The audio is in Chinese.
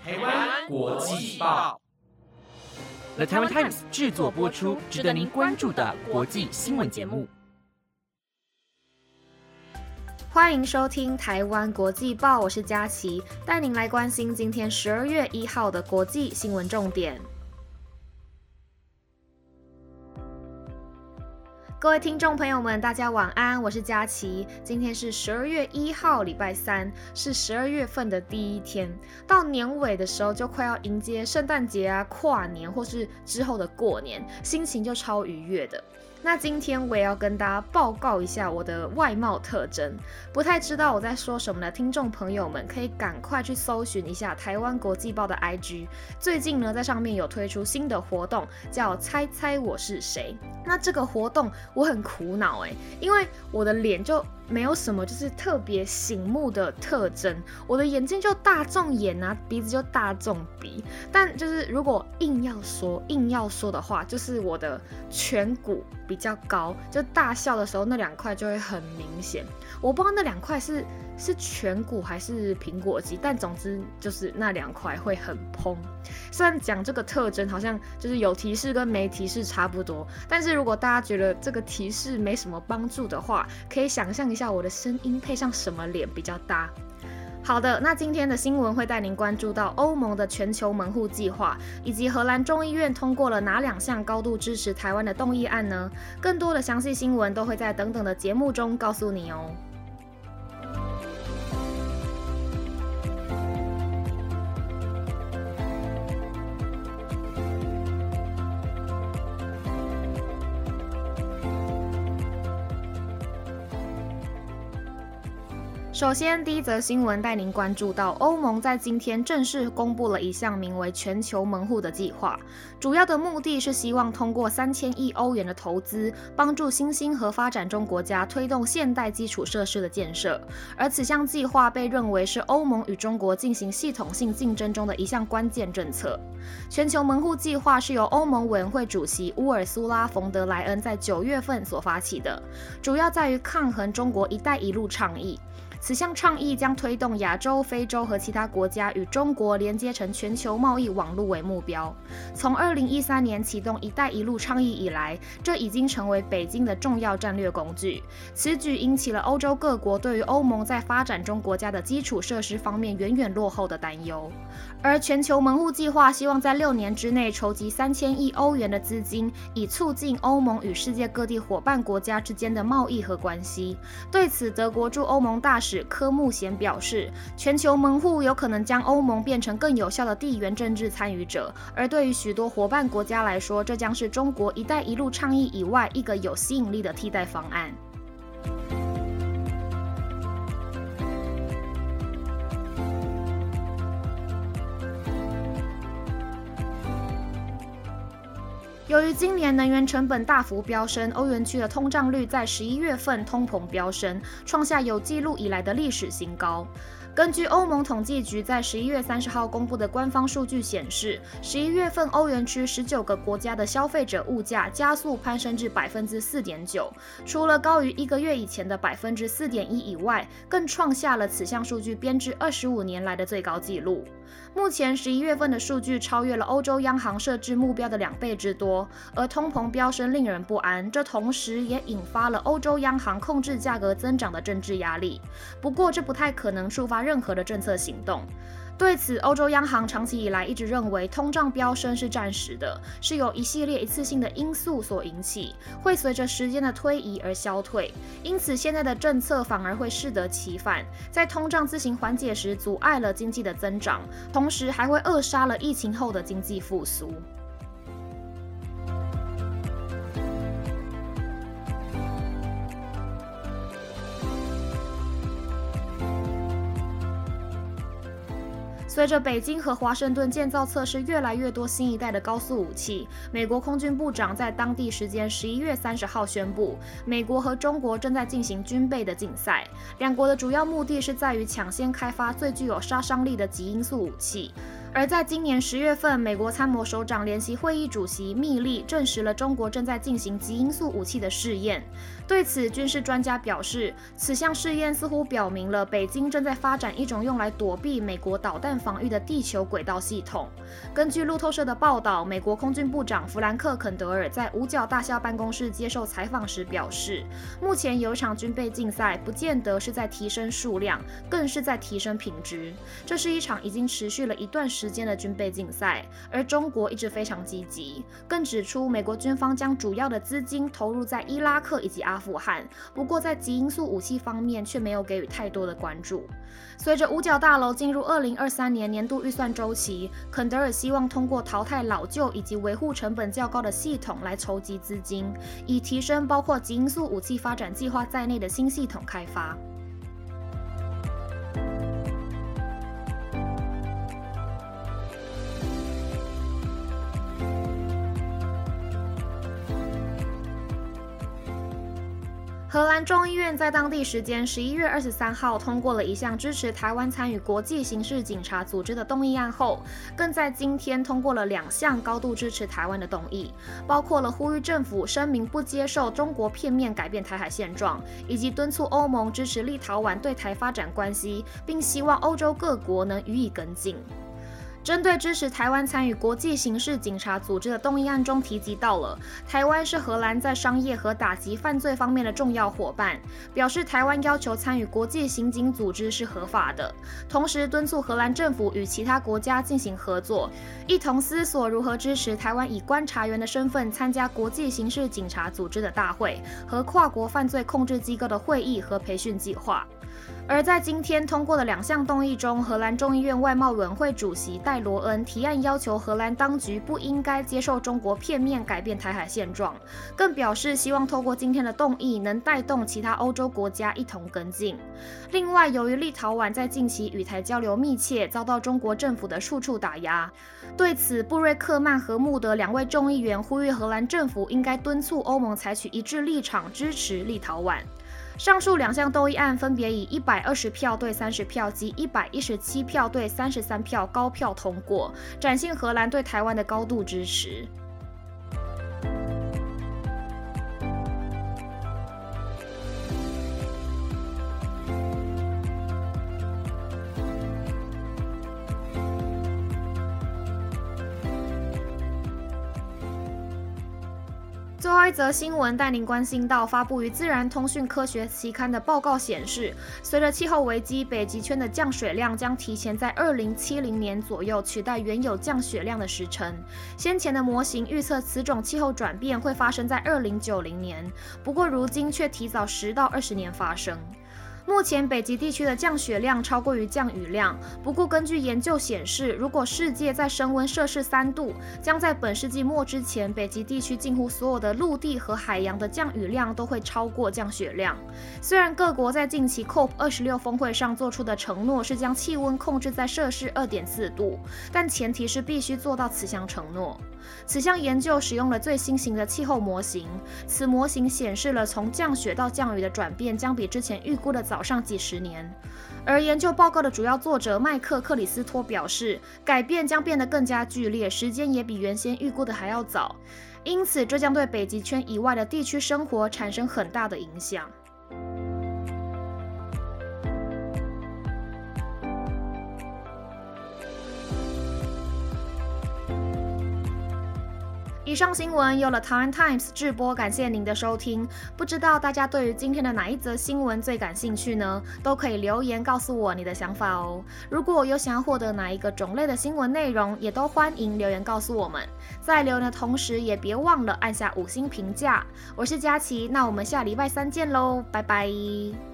台湾国际报 The Taiwan Times 制作播出，值得您关注的国际新闻节目。 欢迎收听台湾国际报，我是佳琪，带您来关心今天12月1号的国际新闻重点。各位听众朋友们，大家晚安，我是佳琪。今天是12月1号，礼拜三，是12月份的第一天。到年尾的时候，就快要迎接圣诞节啊、跨年，或是之后的过年，心情就超愉悦的。那今天我也要跟大家报告一下我的外貌特征，不太知道我在说什么的听众朋友们，可以赶快去搜寻一下台湾国际报的 IG， 最近呢在上面有推出新的活动，叫猜猜我是谁。那这个活动我很苦恼因为我的脸就没有什么就是特别醒目的特征，我的眼睛就大众眼啊，鼻子就大众鼻，但就是如果硬要说的话，就是我的颧骨比较高，就大笑的时候那两块就会很明显。我不知道那两块是颧骨还是苹果肌，但总之就是那两块会很蓬。虽然讲这个特征好像就是有提示跟没提示差不多，但是如果大家觉得这个提示没什么帮助的话，可以想象一下我的声音配上什么脸比较搭。好的，那今天的新闻会带您关注到欧盟的全球门户计划，以及荷兰众议院通过了哪2项高度支持台湾的动议案呢？更多的详细新闻都会在等等的节目中告诉你哦。首先，第一则新闻带您关注到，欧盟在今天正式公布了一项名为全球门户的计划，主要的目的是希望通过3000亿欧元的投资，帮助新兴和发展中国家推动现代基础设施的建设。而此项计划被认为是欧盟与中国进行系统性竞争中的一项关键政策。全球门户计划是由欧盟委员会主席乌尔苏拉·冯德莱恩在9月份所发起的，主要在于抗衡中国“一带一路”倡议。此项倡议将推动亚洲、非洲和其他国家与中国连接成全球贸易网络为目标。从2013年启动“一带一路”倡议以来，这已经成为北京的重要战略工具。此举引起了欧洲各国对于欧盟在发展中国家的基础设施方面远远落后的担忧。而全球门户计划希望在6年之内筹集3000亿欧元的资金，以促进欧盟与世界各地伙伴国家之间的贸易和关系。对此，德国驻欧盟大使科穆贤表示，全球门户有可能将欧盟变成更有效的地缘政治参与者，而对于许多伙伴国家来说，这将是中国“一带一路”倡议以外一个有吸引力的替代方案。由于今年能源成本大幅飙升，欧元区的通胀率在11月份通膨飙升，创下有记录以来的历史新高。根据欧盟统计局在11月30号公布的官方数据显示，11月份欧元区19个国家的消费者物价加速攀升至 4.9%， 除了高于1个月以前的 4.1% 以外，更创下了此项数据编制25年来的最高纪录。目前11月份的数据超越了欧洲央行设置目标的2倍之多，而通膨飙升令人不安，这同时也引发了欧洲央行控制价格增长的政治压力。不过，这不太可能触发任何的政策行动。对此，欧洲央行长期以来一直认为通胀飙升是暂时的，是由一系列一次性的因素所引起，会随着时间的推移而消退。因此，现在的政策反而会适得其反，在通胀自行缓解时阻碍了经济的增长，同时还会扼杀了疫情后的经济复苏。随着北京和华盛顿建造测试越来越多新一代的高速武器，美国空军部长在当地时间11月30号宣布，美国和中国正在进行军备的竞赛。两国的主要目的是在于抢先开发最具有杀伤力的极音速武器。 而在今年10月份，美国参谋首长联席会议主席密利证实了中国正在进行极音速武器的试验。对此，军事专家表示，此项试验似乎表明了北京正在发展一种用来躲避美国导弹防御的地球轨道系统。根据路透社的报道，美国空军部长弗兰克·肯德尔在五角大厦办公室接受采访时表示，目前有一场军备竞赛，不见得是在提升数量，更是在提升品质。这是一场已经持续了一段时间的军备竞赛，而中国一直非常积极。更指出，美国军方将主要的资金投入在伊拉克以及阿富汗，不过在极音速武器方面却没有给予太多的关注。随着五角大楼进入2023年年度预算周期，肯德尔希望通过淘汰老旧以及维护成本较高的系统来筹集资金，以提升包括极音速武器发展计划在内的新系统开发。荷兰众议院在当地时间11月23号通过了一项支持台湾参与国际刑事警察组织的动议案后，更在今天通过了2项高度支持台湾的动议，包括了呼吁政府声明不接受中国片面改变台海现状，以及敦促欧盟支持立陶宛对台发展关系，并希望欧洲各国能予以跟进。针对支持台湾参与国际刑事警察组织的动议案中提及到了，台湾是荷兰在商业和打击犯罪方面的重要伙伴，表示台湾要求参与国际刑警组织是合法的，同时敦促荷兰政府与其他国家进行合作，一同思索如何支持台湾以观察员的身份参加国际刑事警察组织的大会和跨国犯罪控制机构的会议和培训计划。而在今天通过的2项动议中，荷兰众议院外贸委员会主席戴罗恩提案要求荷兰当局不应该接受中国片面改变台海现状，更表示希望透过今天的动议能带动其他欧洲国家一同跟进。另外，由于立陶宛在近期与台交流密切，遭到中国政府的处处打压，对此布瑞克曼和穆德2位众议员呼吁荷兰政府应该敦促欧盟采取一致立场支持立陶宛。上述2项动议案分别以120票对30票及117票对33票高票通过，展现荷兰对台湾的高度支持。最后一则新闻带您关心到，发布于《自然通讯科学》期刊的报告显示，随着气候危机，北极圈的降雪量将提前在2070年左右取代原有降雪量的时程。先前的模型预测此种气候转变会发生在2090年，不过如今却提早10到20年发生。目前北极地区的降雪量超过于降雨量，不过根据研究显示，如果世界再升温摄氏3度，将在本世纪末之前，北极地区近乎所有的陆地和海洋的降雨量都会超过降雪量。虽然各国在近期 COP26 峰会上做出的承诺是将气温控制在摄氏2.4度，但前提是必须做到此项承诺。此项研究使用了最新型的气候模型，此模型显示了从降雪到降雨的转变将比之前预估的早上几十年。而研究报告的主要作者麦克·克里斯托表示，改变将变得更加剧烈，时间也比原先预估的还要早，因此这将对北极圈以外的地区生活产生很大的影响。以上新闻由了台湾 Times 制播，感谢您的收听。不知道大家对于今天的哪一则新闻最感兴趣呢？都可以留言告诉我你的想法哦。如果有想要获得哪一个种类的新闻内容，也都欢迎留言告诉我们。在留言的同时，也别忘了按下5星评价。我是佳琪，那我们下礼拜3见喽，拜拜。